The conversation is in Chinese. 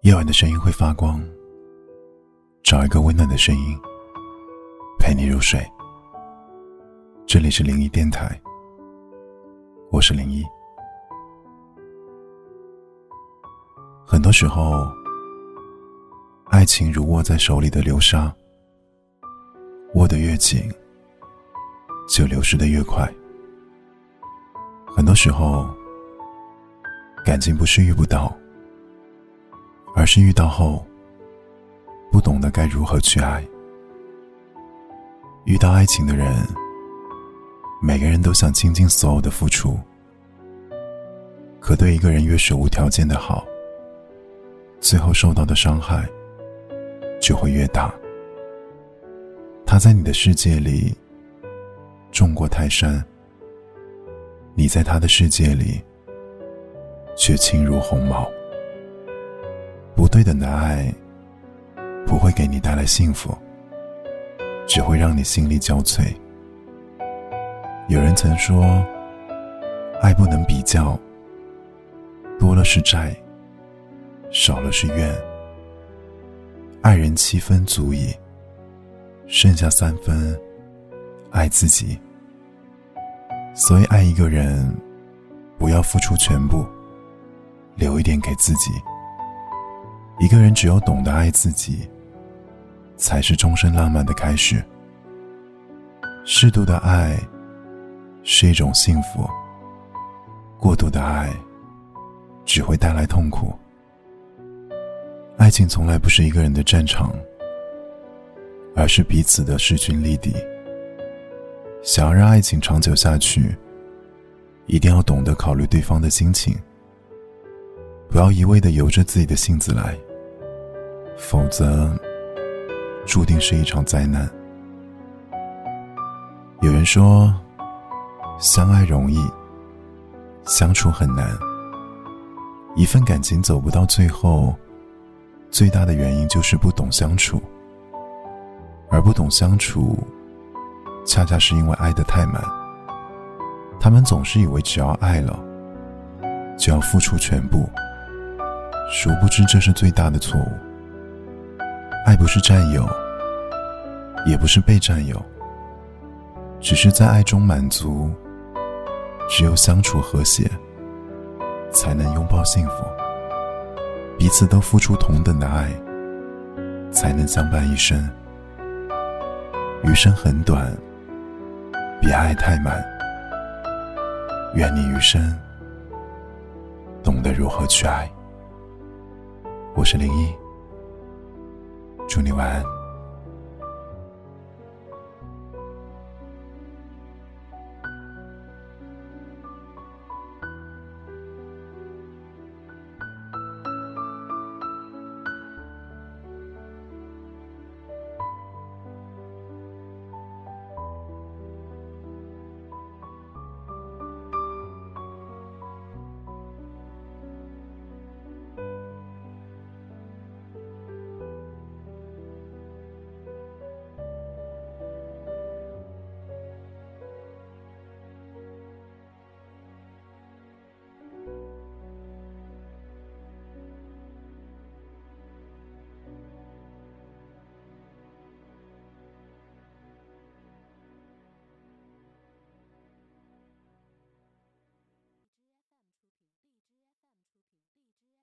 夜晚的声音会发光，找一个温暖的声音陪你入睡。这里是灵异电台，我是灵异。很多时候，爱情如握在手里的流沙，握得越紧，就流失得越快。很多时候，感情不是遇不到，而是遇到后不懂得该如何去爱。遇到爱情的人，每个人都想倾尽所有的付出，可对一个人越是无条件的好，最后受到的伤害就会越大。他在你的世界里种过泰山，你在他的世界里却轻如鸿毛。不对等的爱不会给你带来幸福，只会让你心力交瘁。有人曾说，爱不能比较，多了是债，少了是怨。爱人7分足矣，剩下3分爱自己。所以爱一个人，不要付出全部，留一点给自己。一个人只有懂得爱自己，才是终身浪漫的开始。适度的爱是一种幸福，过度的爱只会带来痛苦。爱情从来不是一个人的战场，而是彼此的势均力敌。想要让爱情长久下去，一定要懂得考虑对方的心情，不要一味地由着自己的性子来，否则注定是一场灾难。有人说，相爱容易，相处很难。一份感情走不到最后，最大的原因就是不懂相处。而不懂相处，恰恰是因为爱得太满。他们总是以为只要爱了，就要付出全部，殊不知这是最大的错误。爱不是占有，也不是被占有，只是在爱中满足。只有相处和谐，才能拥抱幸福。彼此都付出同等的爱，才能相伴一生。余生很短，别爱太满。愿你余生懂得如何去爱。我是灵异，祝你晚安。